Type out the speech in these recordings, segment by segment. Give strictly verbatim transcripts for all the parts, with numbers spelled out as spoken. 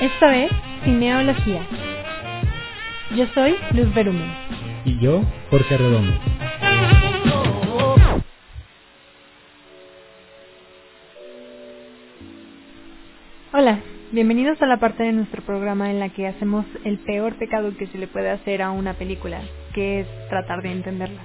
Esto es Cineología. Yo soy Luz Berumen. Y yo, Jorge Redondo. Hola, bienvenidos a la parte de nuestro programa en la que hacemos el peor pecado que se le puede hacer a una película, que es tratar de entenderla.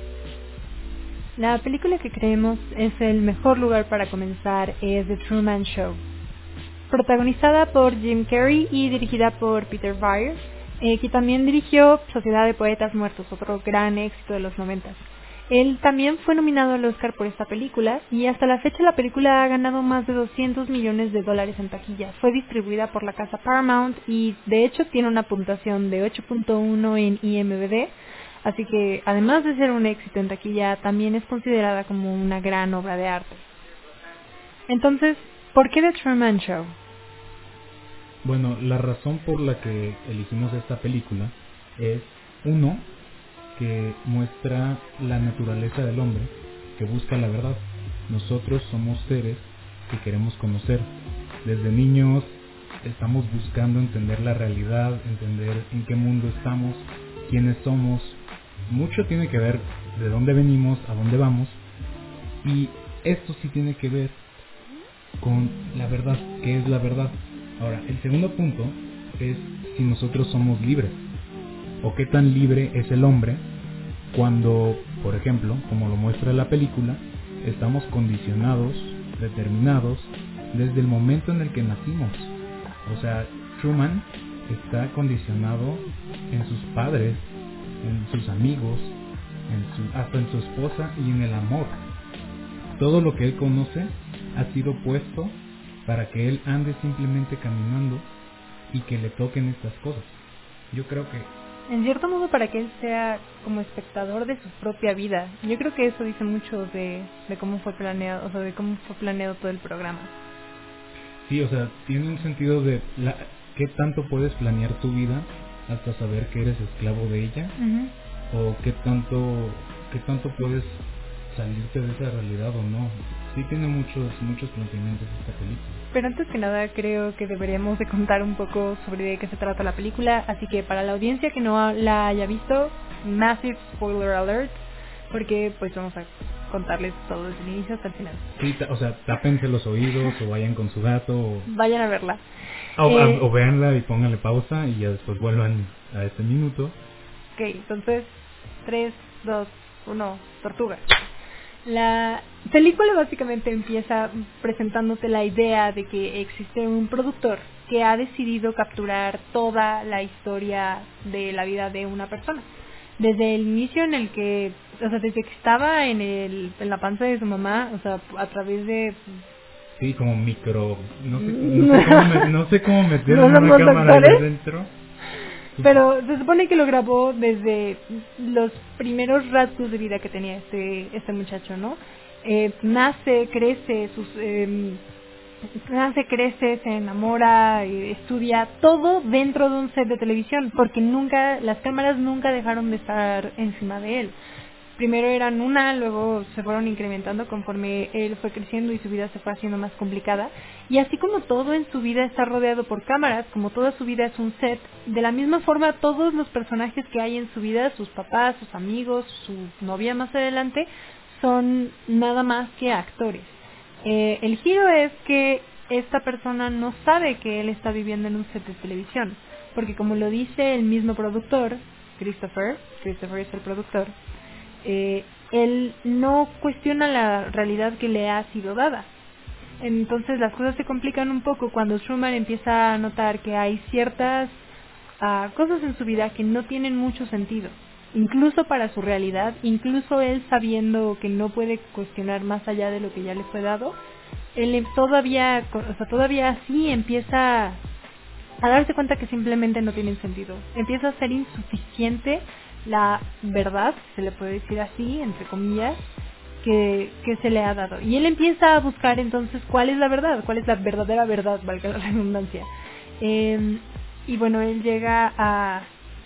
La película que creemos es el mejor lugar para comenzar es The Truman Show. Protagonizada por Jim Carrey y dirigida por Peter Weir, eh, que también dirigió Sociedad de Poetas Muertos, otro gran éxito de los noventas. Él también fue nominado al Oscar por esta película y hasta la fecha la película ha ganado más de doscientos millones de dólares en taquilla. Fue distribuida por la casa Paramount y de hecho tiene una puntuación de ocho punto uno en I M D B, así que además de ser un éxito en taquilla también es considerada como una gran obra de arte. Entonces, ¿por qué The Truman Show? Bueno, la razón por la que elegimos esta película es, uno, que muestra la naturaleza del hombre, que busca la verdad. Nosotros somos seres que queremos conocer. Desde niños estamos buscando entender la realidad, entender en qué mundo estamos, quiénes somos. Mucho tiene que ver de dónde venimos, a dónde vamos, y esto sí tiene que ver con la verdad. ¿Qué es la verdad? Ahora, el segundo punto es si nosotros somos libres, o qué tan libre es el hombre cuando, por ejemplo, como lo muestra la película, estamos condicionados, determinados, desde el momento en el que nacimos. O sea, Truman está condicionado en sus padres, en sus amigos, en su, hasta en su esposa y en el amor. Todo lo que él conoce ha sido puesto para que él ande simplemente caminando y que le toquen estas cosas. Yo creo que En cierto modo, para que él sea como espectador de su propia vida. Yo creo que eso dice mucho de, de cómo fue planeado, o sea, de cómo fue planeado todo el programa. Sí, o sea, tiene un sentido de la, qué tanto puedes planear tu vida hasta saber que eres esclavo de ella, uh-huh. o qué tanto, qué tanto puedes salirte de esa realidad o no. Sí tiene muchos, muchos planteamientos esta película. Pero antes que nada creo que deberíamos de contar un poco sobre de qué se trata la película, así que para la audiencia que no la haya visto, massive spoiler alert, porque pues vamos a contarles todo desde el inicio hasta el final. Sí, o sea, tápense los oídos o vayan con su gato o... Vayan a verla. O, eh, a, o véanla y pónganle pausa y ya después vuelvan a este minuto. Ok, entonces, tres, dos, uno, tortuga. La película básicamente empieza presentándote la idea de que existe un productor que ha decidido capturar toda la historia de la vida de una persona. Desde el inicio en el que, o sea, desde que estaba en el en la panza de su mamá, o sea, a través de... Sí, como micro... No sé, no sé, cómo, me, no sé cómo meter ¿No una cámara ahí adentro. Pero se supone que lo grabó desde los primeros rasgos de vida que tenía este este muchacho, ¿no? Eh, nace, crece, sus, eh, nace, crece, se enamora, eh, estudia, todo dentro de un set de televisión, porque nunca, las cámaras nunca dejaron de estar encima de él. Primero eran una, luego se fueron incrementando conforme él fue creciendo y su vida se fue haciendo más complicada. Y así como todo en su vida está rodeado por cámaras, como toda su vida es un set, de la misma forma todos los personajes que hay en su vida, sus papás, sus amigos, su novia más adelante, son nada más que actores. Eh, el giro es que esta persona no sabe que él está viviendo en un set de televisión, porque como lo dice el mismo productor, Christopher, Christopher es el productor, Eh, él no cuestiona la realidad que le ha sido dada. Entonces las cosas se complican un poco cuando Truman empieza a notar que hay ciertas uh, cosas en su vida que no tienen mucho sentido, incluso para su realidad, incluso él sabiendo que no puede cuestionar más allá de lo que ya le fue dado. Él todavía, o sea, todavía así empieza a darse cuenta que simplemente no tienen sentido. Empieza a ser insuficiente la verdad, se le puede decir así, entre comillas, que, que se le ha dado. Y él empieza a buscar entonces cuál es la verdad, cuál es la verdadera verdad, valga la redundancia. Eh, y bueno, él llega a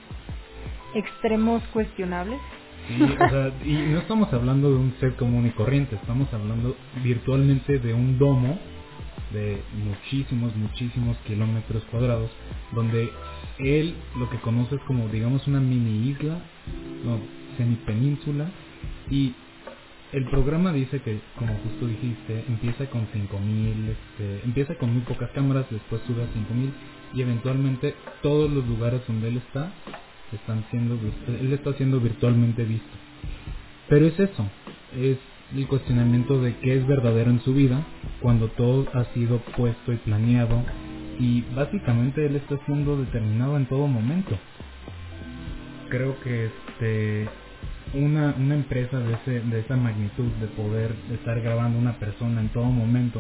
extremos cuestionables. Sí, o sea, y no estamos hablando de un set común y corriente, estamos hablando virtualmente de un domo de muchísimos, muchísimos kilómetros cuadrados, donde él lo que conoce es como, digamos, una mini isla, no, semipenínsula, y el programa dice que, como justo dijiste, empieza con cinco mil, este, empieza con muy pocas cámaras, después sube a cinco mil, y eventualmente todos los lugares donde él está, están siendo, él está siendo virtualmente visto. Pero es eso, es el cuestionamiento de qué es verdadero en su vida, cuando todo ha sido puesto y planeado, y básicamente él está siendo determinado en todo momento. Creo que este una una empresa de ese de esa magnitud, de poder estar grabando una persona en todo momento,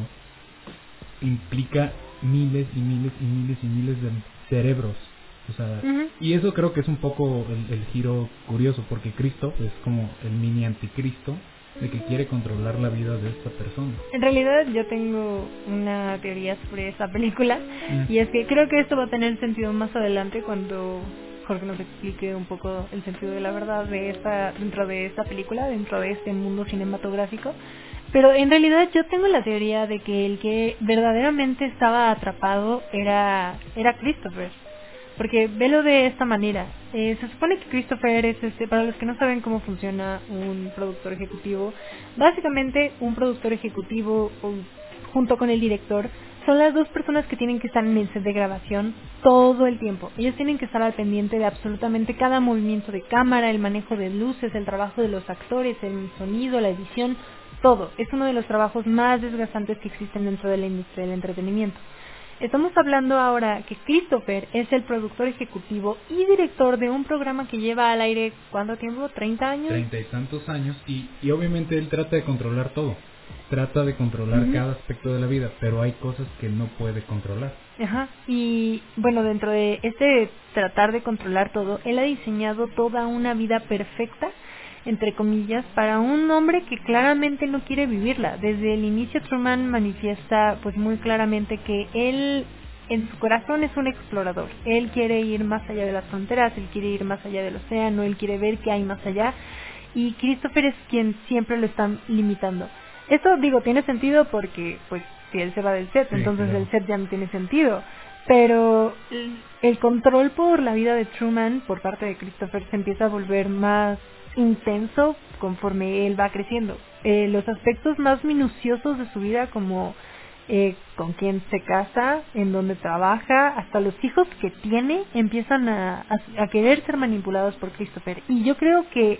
implica miles y miles y miles y miles de cerebros. O sea, uh-huh. Y eso creo que es un poco el, el giro curioso, porque Cristo es como el mini anticristo, de que quiere controlar la vida de esta persona. En realidad yo tengo una teoría sobre esa película, mm. y es que creo que esto va a tener sentido más adelante cuando Jorge nos explique un poco el sentido de la verdad de esta, dentro de esta película, dentro de este mundo cinematográfico. Pero en realidad yo tengo la teoría de que el que verdaderamente estaba atrapado era, era Christopher. Porque velo de esta manera, eh, se supone que Christopher es, este, para los que no saben cómo funciona un productor ejecutivo, básicamente un productor ejecutivo un, junto con el director son las dos personas que tienen que estar en el set de grabación todo el tiempo. Ellos tienen que estar al pendiente de absolutamente cada movimiento de cámara, el manejo de luces, el trabajo de los actores, el sonido, la edición, todo. Es uno de los trabajos más desgastantes que existen dentro de la industria del entretenimiento. Estamos hablando ahora que Christopher es el productor ejecutivo y director de un programa que lleva al aire, ¿cuánto tiempo? ¿treinta años? Treinta y tantos años, y, y obviamente él trata de controlar todo. Trata de controlar uh-huh. cada aspecto de la vida, pero hay cosas que no puede controlar. Ajá, y bueno, dentro de este tratar de controlar todo, él ha diseñado toda una vida perfecta, entre comillas, para un hombre que claramente no quiere vivirla. Desde el inicio Truman manifiesta pues muy claramente que él en su corazón es un explorador. Él quiere ir más allá de las fronteras, él quiere ir más allá del océano, él quiere ver qué hay más allá, y Christopher es quien siempre lo está limitando. Esto, digo, tiene sentido porque pues si él se va del set, sí, entonces claro. El set ya no tiene sentido. Pero el control por la vida de Truman por parte de Christopher se empieza a volver más intenso conforme él va creciendo. Eh, los aspectos más minuciosos de su vida, como eh, con quién se casa, en dónde trabaja, hasta los hijos que tiene, empiezan a, a, a querer ser manipulados por Christopher. Y yo creo que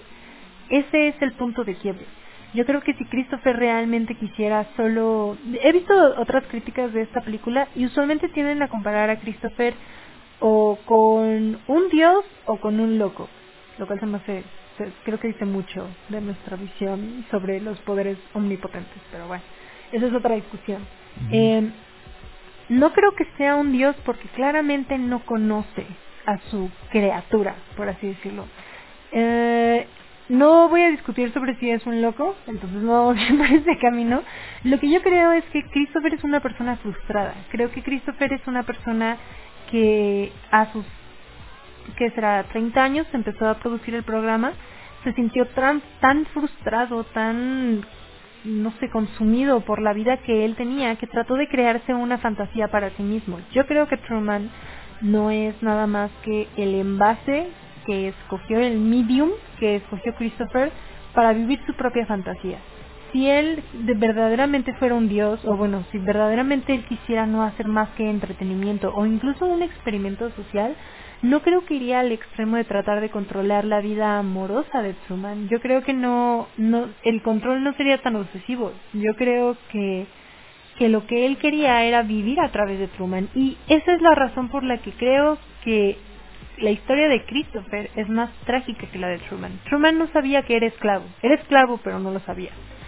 ese es el punto de quiebre. Yo creo que si Christopher realmente quisiera solo... He visto otras críticas de esta película y usualmente tienden a comparar a Christopher o con un dios o con un loco, lo cual se me hace... creo que dice mucho de nuestra visión sobre los poderes omnipotentes, pero bueno, esa es otra discusión. Uh-huh. Eh, no creo que sea un dios porque claramente no conoce a su criatura, por así decirlo. Eh, no voy a discutir sobre si es un loco, entonces no vamos por ese camino. Lo que yo creo es que Christopher es una persona frustrada. Creo que Christopher es una persona que a sus que será treinta años empezó a producir el programa, se sintió tan, tan frustrado, tan, no sé, consumido por la vida que él tenía, que trató de crearse una fantasía para sí mismo. Yo creo que Truman no es nada más que el envase que escogió, el medium que escogió Christopher para vivir su propia fantasía. Si él de verdaderamente fuera un dios, o bueno, si verdaderamente él quisiera no hacer más que entretenimiento o incluso un experimento social, no creo que iría al extremo de tratar de controlar la vida amorosa de Truman. Yo creo que no, no, el control no sería tan obsesivo. Yo creo que, que lo que él quería era vivir a través de Truman. Y esa es la razón por la que creo que la historia de Christopher es más trágica que la de Truman. Truman no sabía que era esclavo. Era esclavo, pero no lo sabía.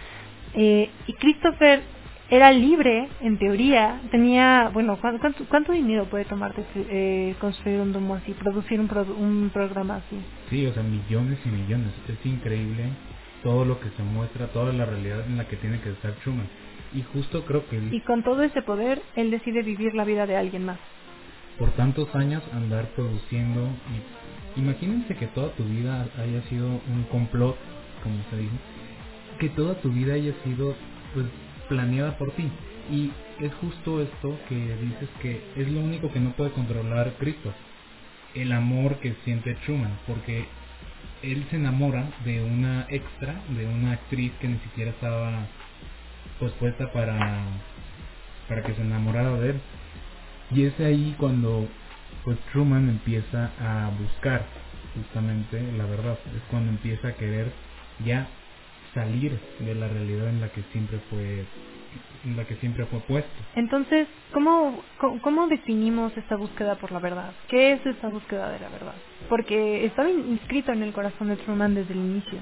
Eh, y Christopher era libre, en teoría, tenía, bueno, ¿cuánto, cuánto, cuánto dinero puede tomarte eh, construir un domo así, producir un, pro, un programa así? Sí, o sea, millones y millones, es increíble todo lo que se muestra, toda la realidad en la que tiene que estar Truman, y justo creo que... Y con todo ese poder, él decide vivir la vida de alguien más. Por tantos años andar produciendo, y imagínense que toda tu vida haya sido un complot, como se dice, que toda tu vida haya sido, pues, planeada por ti. Y es justo esto que dices, que es lo único que no puede controlar Cristo, el amor que siente Truman, porque él se enamora de una extra, de una actriz que ni siquiera estaba pues puesta para, para que se enamorara de él. Y es ahí cuando pues Truman empieza a buscar justamente la verdad, es cuando empieza a querer ya salir de la realidad en la que siempre fue en la que siempre fue puesto. Entonces, ¿cómo, cómo, cómo definimos esta búsqueda por la verdad? ¿Qué es esta búsqueda de la verdad? Porque estaba inscrito en el corazón de Truman desde el inicio.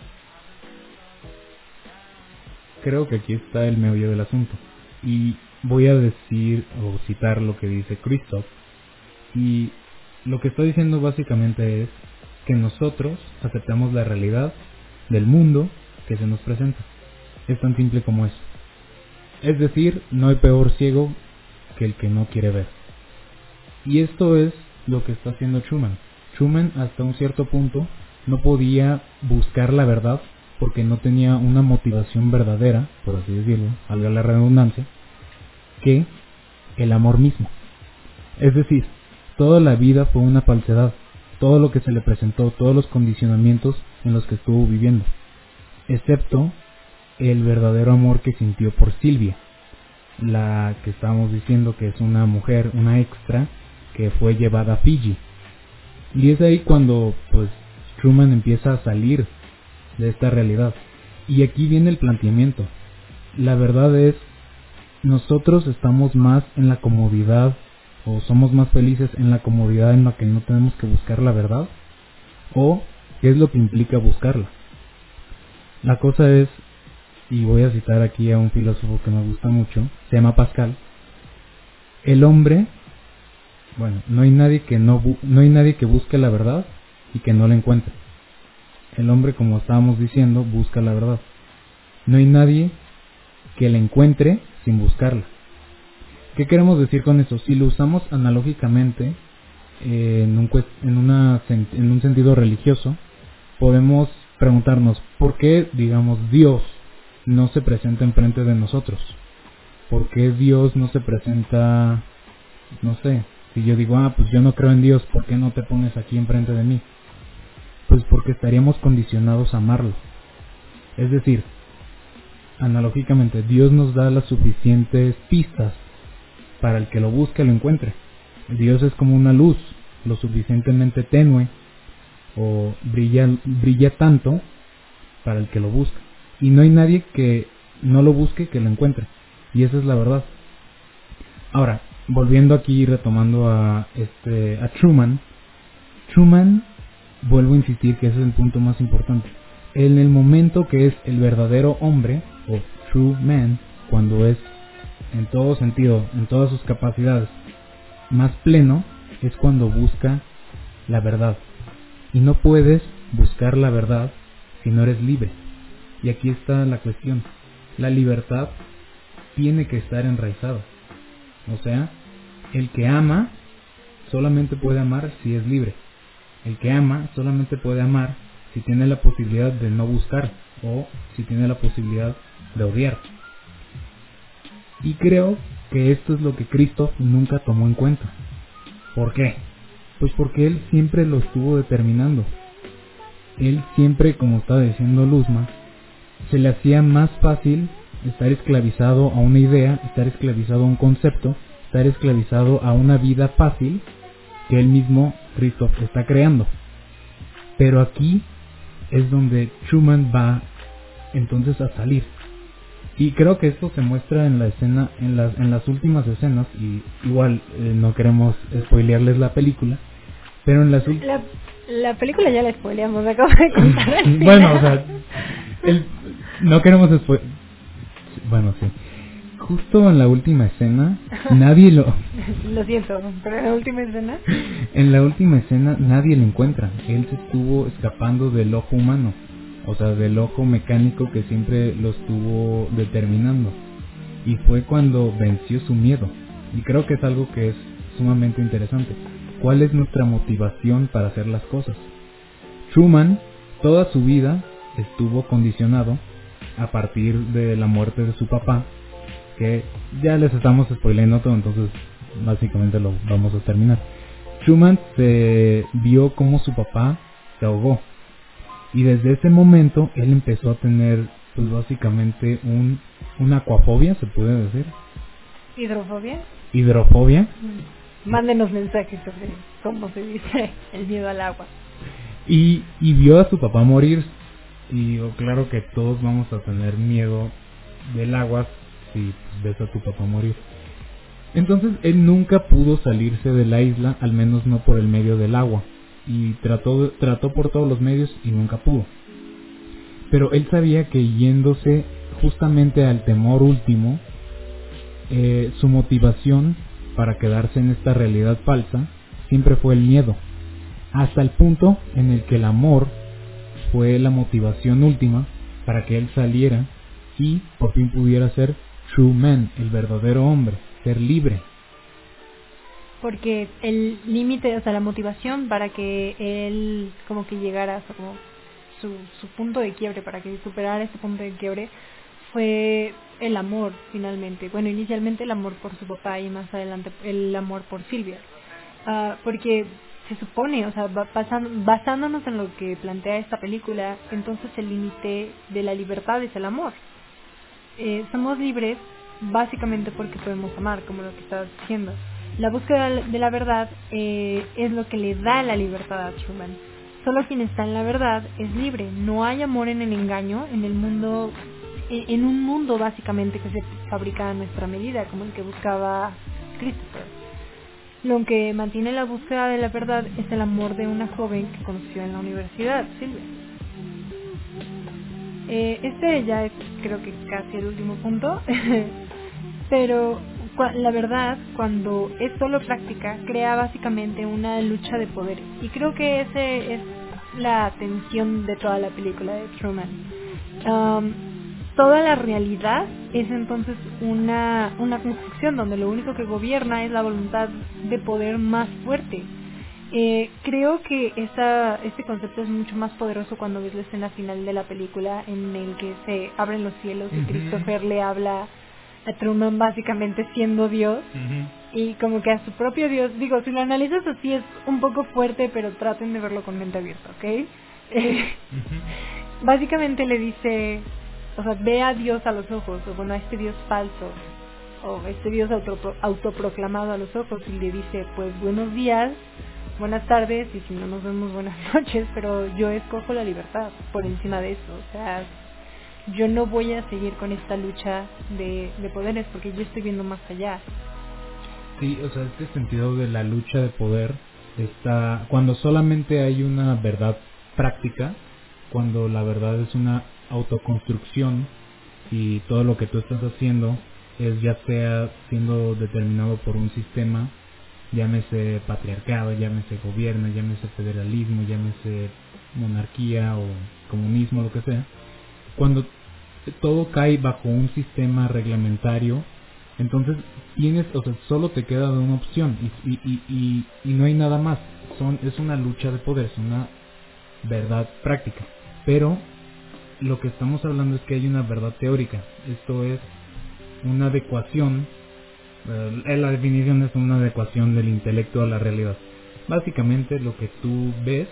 Creo que aquí está el meollo del asunto. Y voy a decir o citar lo que dice Christoph. Y lo que está diciendo básicamente es que nosotros aceptamos la realidad del mundo que se nos presenta. Es tan simple como eso. Es decir, no hay peor ciego que el que no quiere ver. Y esto es lo que está haciendo Truman. Truman hasta un cierto punto no podía buscar la verdad porque no tenía una motivación verdadera, por así decirlo, valga la redundancia, que el amor mismo. Es decir, toda la vida fue una falsedad, todo lo que se le presentó, todos los condicionamientos en los que estuvo viviendo, excepto el verdadero amor que sintió por Silvia, la que estábamos diciendo que es una mujer, una extra, que fue llevada a Fiji. Y es ahí cuando pues Truman empieza a salir de esta realidad. Y aquí viene el planteamiento. La verdad es, nosotros estamos más en la comodidad, o somos más felices en la comodidad en la que no tenemos que buscar la verdad, o qué es lo que implica buscarla. La cosa es, y voy a citar aquí a un filósofo que me gusta mucho, se llama Pascal. El hombre, bueno, no hay nadie que no bu- no hay nadie que busque la verdad y que no la encuentre. El hombre, como estábamos diciendo, busca la verdad. No hay nadie que la encuentre sin buscarla. ¿Qué queremos decir con eso? Si lo usamos analógicamente eh, en, un, en, una, en un sentido religioso, podemos preguntarnos ¿por qué, digamos, Dios no se presenta enfrente de nosotros? ¿Por qué Dios no se presenta, no sé, si yo digo, ah, pues yo no creo en Dios, ¿por qué no te pones aquí enfrente de mí? Pues porque estaríamos condicionados a amarlo. Es decir, analógicamente, Dios nos da las suficientes pistas para el que lo busque lo encuentre. Dios es como una luz, lo suficientemente tenue, o brilla, brilla tanto para el que lo busca. Y no hay nadie que no lo busque que lo encuentre. Y esa es la verdad. Ahora, volviendo aquí, retomando a este a Truman. Truman, vuelvo a insistir que ese es el punto más importante. En el momento que es el verdadero hombre, o true man, cuando es en todo sentido, en todas sus capacidades, más pleno, es cuando busca la verdad. Y no puedes buscar la verdad si no eres libre. Y aquí está la cuestión. La libertad tiene que estar enraizada. O sea, el que ama solamente puede amar si es libre. El que ama solamente puede amar si tiene la posibilidad de no buscar o si tiene la posibilidad de odiar. Y creo que esto es lo que Cristo nunca tomó en cuenta. ¿Por qué? Pues porque él siempre lo estuvo determinando. Él siempre, como estaba diciendo Luzma, se le hacía más fácil estar esclavizado a una idea, estar esclavizado a un concepto, estar esclavizado a una vida fácil que él mismo, Christoph, está creando. Pero aquí es donde Truman va entonces a salir. Y creo que esto se muestra en la escena, en las, en las últimas escenas, y igual eh, no queremos spoilearles la película, pero en las últimas... La, la película ya la spoileamos, acabo de contar. Bueno, o sea, el, no queremos spoiler... Bueno, sí. Justo en la última escena, nadie lo... Lo siento, pero en la última escena... En la última escena nadie lo encuentra. Él se estuvo escapando del ojo humano. O sea, del ojo mecánico que siempre lo estuvo determinando. Y fue cuando venció su miedo. Y creo que es algo que es sumamente interesante. ¿Cuál es nuestra motivación para hacer las cosas? Truman, toda su vida, estuvo condicionado, a partir de la muerte de su papá, que ya les estamos spoileando todo, entonces básicamente lo vamos a terminar. Truman se vio como su papá se ahogó, y desde ese momento él empezó a tener, pues básicamente un una acuafobia, se puede decir. ¿Hidrofobia? Hidrofobia. Mm. Mándenos mensajes sobre cómo se dice el miedo al agua. Y, y vio a su papá morir. Y oh, claro que todos vamos a tener miedo del agua si ves a tu papá morir. Entonces él nunca pudo salirse de la isla, al menos no por el medio del agua. Y trató, trató por todos los medios y nunca pudo. Pero él sabía que yéndose justamente al temor último, eh, su motivación para quedarse en esta realidad falsa siempre fue el miedo, hasta el punto en el que el amor fue la motivación última para que él saliera y por fin pudiera ser true man, el verdadero hombre, ser libre. Porque el límite, o sea, la motivación para que él como que llegara a como su, su punto de quiebre, para que superara ese punto de quiebre, fue el amor finalmente. Bueno, inicialmente el amor por su papá y más adelante el amor por Sylvia. Uh, porque se supone, o sea, basando, basándonos en lo que plantea esta película, entonces el límite de la libertad es el amor. Eh, somos libres básicamente porque podemos amar, como lo que estabas diciendo. La búsqueda de la verdad eh, es lo que le da la libertad a Truman. Solo quien está en la verdad es libre. No hay amor en el engaño, en el mundo, en un mundo básicamente que se fabrica a nuestra medida, como el que buscaba Christopher. Lo que mantiene la búsqueda de la verdad es el amor de una joven que conoció en la universidad, Sylvia. Eh, este ya es, creo que casi el último punto, pero la verdad, cuando es solo práctica, crea básicamente una lucha de poderes. Y creo que ese es la tensión de toda la película de Truman. Um, toda la realidad es entonces una, una construcción donde lo único que gobierna es la voluntad de poder más fuerte. Eh, creo que esa, este concepto es mucho más poderoso cuando ves la escena final de la película en el que se abren los cielos y Christopher le habla a Truman básicamente siendo Dios. Uh-huh. Y como que a su propio Dios, digo, si lo analizas así es un poco fuerte, pero traten de verlo con mente abierta, ¿ok? Eh, uh-huh. Básicamente le dice, o sea, ve a Dios a los ojos, o bueno, a este Dios falso, o este Dios auto, autoproclamado a los ojos, y le dice, pues buenos días, buenas tardes, y si no nos vemos, buenas noches, pero yo escojo la libertad por encima de eso. O sea, yo no voy a seguir con esta lucha de, de poderes porque yo estoy viendo más allá. Sí, o sea, este sentido de la lucha de poder está cuando solamente hay una verdad práctica, cuando la verdad es una autoconstrucción y todo lo que tú estás haciendo es ya sea siendo determinado por un sistema, llámese patriarcado, llámese gobierno, llámese federalismo, llámese monarquía o comunismo, lo que sea. Cuando todo cae bajo un sistema reglamentario, entonces tienes, o sea, solo te queda una opción y, y, y, y, y no hay nada más. Son, es una lucha de poder, es una verdad práctica. Pero lo que estamos hablando es que hay una verdad teórica. Esto es una adecuación, eh, la definición es una adecuación del intelecto a la realidad. Básicamente lo que tú ves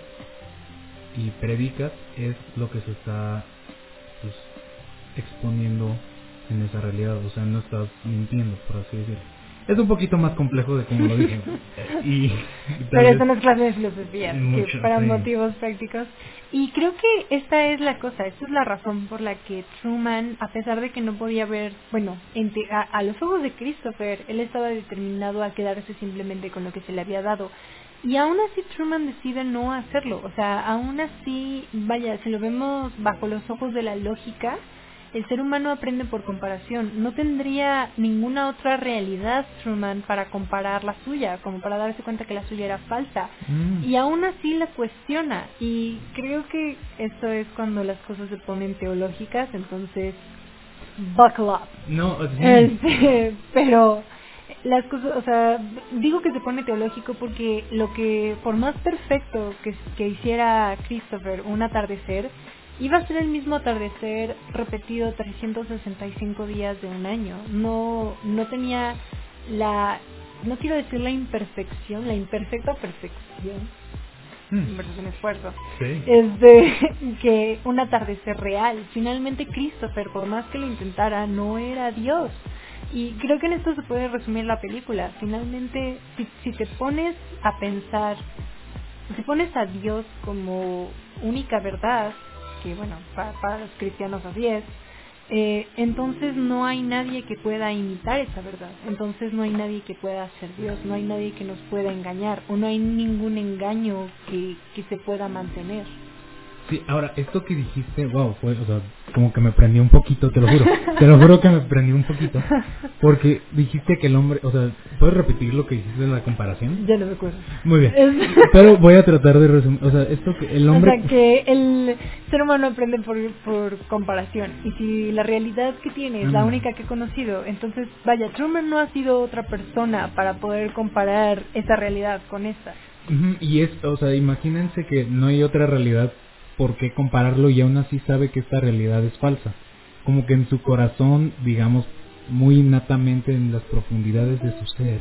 y predicas es lo que se está pues, exponiendo en esa realidad, o sea, no estás mintiendo, por así decirlo. Es un poquito más complejo de como lo dije. y, y Pero eso no es clase de filosofía, mucho, que para sí. motivos prácticos. Y creo que esta es la cosa, esta es la razón por la que Truman, a pesar de que no podía ver, bueno, ente, a, a los ojos de Christopher, él estaba determinado a quedarse simplemente con lo que se le había dado. Y aún así Truman decide no hacerlo, o sea, aún así, vaya, si lo vemos bajo los ojos de la lógica, el ser humano aprende por comparación. No tendría ninguna otra realidad, Truman, para comparar la suya, como para darse cuenta que la suya era falsa. Mm. Y aún así la cuestiona. Y creo que esto es cuando las cosas se ponen teológicas, entonces, buckle up. No, sí. este, pero las cosas, o sea, digo que se pone teológico porque lo que, por más perfecto que, que hiciera Christopher un atardecer, iba a ser el mismo atardecer repetido trescientos sesenta y cinco días de un año. No, no tenía la, no quiero decir la imperfección, la imperfecta perfección, Hmm. versus un esfuerzo, Sí. es de que un atardecer real. Finalmente Christopher, por más que lo intentara, no era Dios. Y creo que en esto se puede resumir la película. Finalmente, si, si te pones a pensar, si pones a Dios como única verdad, que bueno, para, para los cristianos así es, eh, entonces no hay nadie que pueda imitar esa verdad. Entonces no hay nadie que pueda ser Dios, no hay nadie que nos pueda engañar, o no hay ningún engaño que, que se pueda mantener. Sí, ahora, esto que dijiste, wow, fue, o sea, como que me prendió un poquito, te lo juro. Te lo juro que me prendió un poquito. Porque dijiste que el hombre, o sea, ¿puedes repetir lo que dijiste de la comparación? Ya no me acuerdo. Muy bien. Pero voy a tratar de resumir, o sea, esto que el hombre... O sea, que el ser humano aprende por, por comparación. Y si la realidad que tiene es la Mm. única que he conocido, entonces, vaya, Truman no ha sido otra persona para poder comparar esa realidad con esta. Ujú, y es, o sea, imagínense que no hay otra realidad por qué compararlo y aún así sabe que esta realidad es falsa. Como que en su corazón, digamos, muy innatamente en las profundidades de su ser,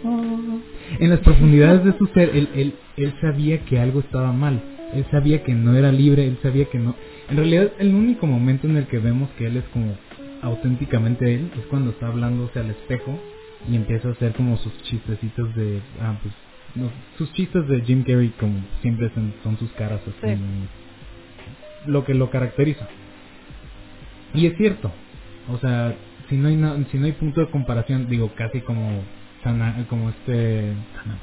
en las profundidades de su ser, él, él, él sabía que algo estaba mal, él sabía que no era libre, él sabía que no... En realidad, el único momento en el que vemos que él es como auténticamente él es cuando está hablándose al espejo y empieza a hacer como sus chistecitos de... Ah, pues, no, sus chistes de Jim Carrey, como siempre son, son sus caras así, Sí. lo que lo caracteriza. Y es cierto, o sea, si no hay na- si no hay punto de comparación, digo, casi como Sana- como este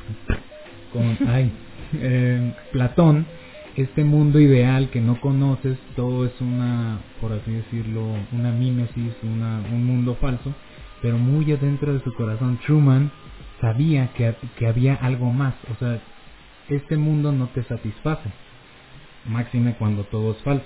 como ay eh, Platón, este mundo ideal que no conoces, todo es una, por así decirlo, una mímesis, una, un mundo falso, pero muy adentro de su corazón Truman sabía que, que había algo más. O sea, este mundo no te satisface, máxime cuando todo es falso.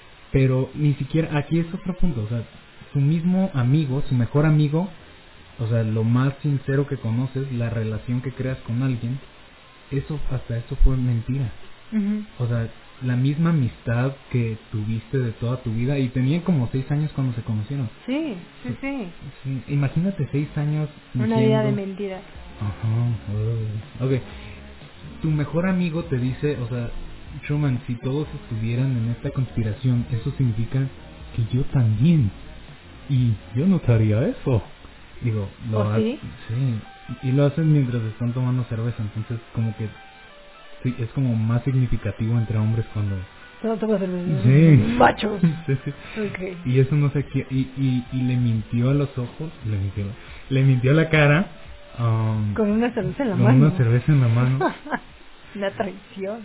Pero ni siquiera, aquí es otro punto, o sea, su mismo amigo, su mejor amigo, o sea, lo más sincero que conoces, la relación que creas con alguien, eso, hasta eso fue mentira. Uh-huh. O sea, la misma amistad que tuviste de toda tu vida, y tenían como seis años cuando se conocieron. Sí, sí, sí. Sí, imagínate seis años Una fingiendo- vida de mentiras. Ajá, uh, ok. Tu mejor amigo te dice, o sea, Truman, si todos estuvieran en esta conspiración, eso significa que yo también. Y yo no te haría eso. Digo, lo ¿Oh, ha- sí? sí, y lo hacen mientras están tomando cerveza, entonces como que sí, es como más significativo entre hombres cuando... No te vas a hacer Sí. machos. Sí, sí. Okay. Y eso no sé qué, y, y, y le mintió a los ojos, le mintió, le mintió a la cara, um, Con una cerveza en la con mano. una cerveza en la mano. Una traición.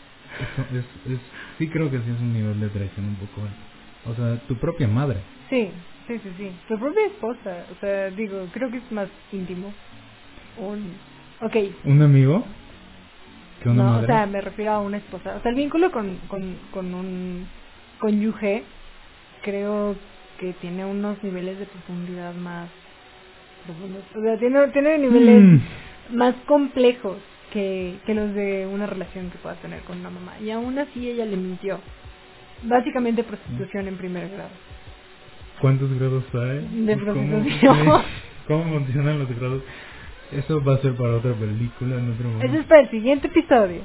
Eso es, es, sí creo que sí es un nivel de traición un poco alto. O sea, tu propia madre. Sí, sí, sí, sí. Tu propia esposa. O sea, digo, creo que es más íntimo. Un... Ok. ¿Un amigo? ¿Que una No, madre? o sea, me refiero a una esposa. O sea, el vínculo con, con, con un cónyuge creo que tiene unos niveles de profundidad más profundos. O sea, tiene, tiene niveles Mm. más complejos que, que los de una relación que pueda tener con una mamá. Y aún así ella le mintió. Básicamente prostitución en primer grado. ¿Cuántos grados hay? De ¿Cómo, prostitución. sí, ¿Cómo funcionan los grados? Eso va a ser para otra película en otro momento. Eso es para el siguiente episodio.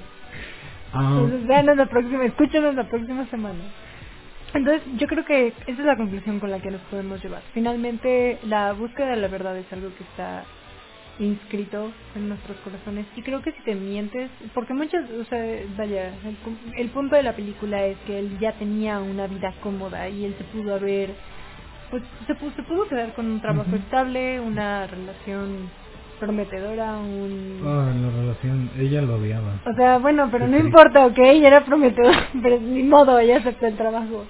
Ah, Entonces, véanos la próxima, escúchanos la próxima semana. Entonces, yo creo que esa es la conclusión con la que nos podemos llevar. Finalmente, la búsqueda de la verdad es algo que está inscrito en nuestros corazones. Y creo que si te mientes, porque muchas, o sea, vaya, el, el punto de la película es que él ya tenía una vida cómoda y él se pudo haber, pues, se pudo, se pudo quedar con un trabajo Ujú. estable, una relación prometedora, un... ah, la relación, ella lo odiaba. O sea, bueno, pero Qué no triste. importa, ok, ya era prometedor, pero ni modo, ella aceptó el trabajo.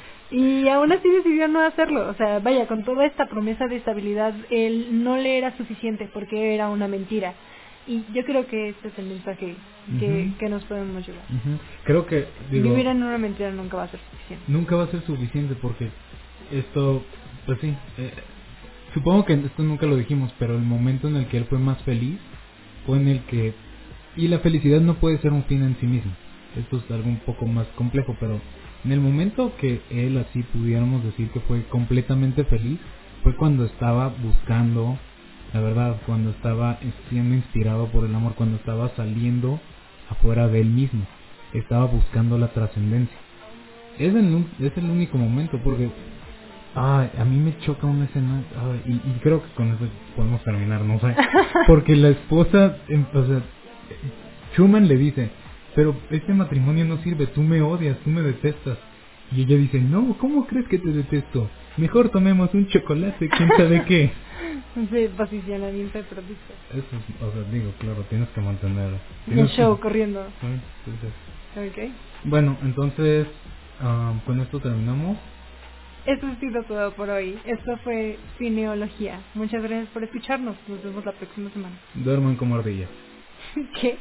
Y aún así decidió no hacerlo, o sea, vaya, con toda esta promesa de estabilidad, él no le era suficiente porque era una mentira. Y yo creo que este es el mensaje que, Ujú. que nos podemos llevar. Ujú. Creo que, digo, Vivir en una mentira nunca va a ser suficiente. nunca va a ser suficiente porque esto, pues sí, eh, supongo que esto nunca lo dijimos, pero el momento en el que él fue más feliz fue en el que, y la felicidad no puede ser un fin en sí mismo, esto es algo un poco más complejo, pero En el momento que él, así pudiéramos decir que fue completamente feliz, fue cuando estaba buscando la verdad, cuando estaba siendo inspirado por el amor, cuando estaba saliendo afuera de él mismo, estaba buscando la trascendencia. Es el, es el único momento, porque ay, a mí me choca una escena, ay, y, y creo que con eso podemos terminar, no sé, porque la esposa, em, o sea, Truman le dice, pero este matrimonio no sirve, tú me odias, tú me detestas. Y ella dice, no, ¿cómo crees que te detesto? Mejor tomemos un chocolate, quién sabe qué. Sí, posicionamiento de producto. Eso es, o sea, digo, claro, tienes que mantener... El Tienes show que... corriendo. Sí, sí, sí. Ok. Bueno, entonces, um, con esto terminamos. Eso ha sido todo por hoy. Esto fue Cineología. Muchas gracias por escucharnos. Nos vemos la próxima semana. Duerman como ardillas. ¿Qué?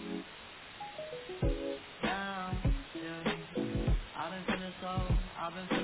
I've been feeling so, I've been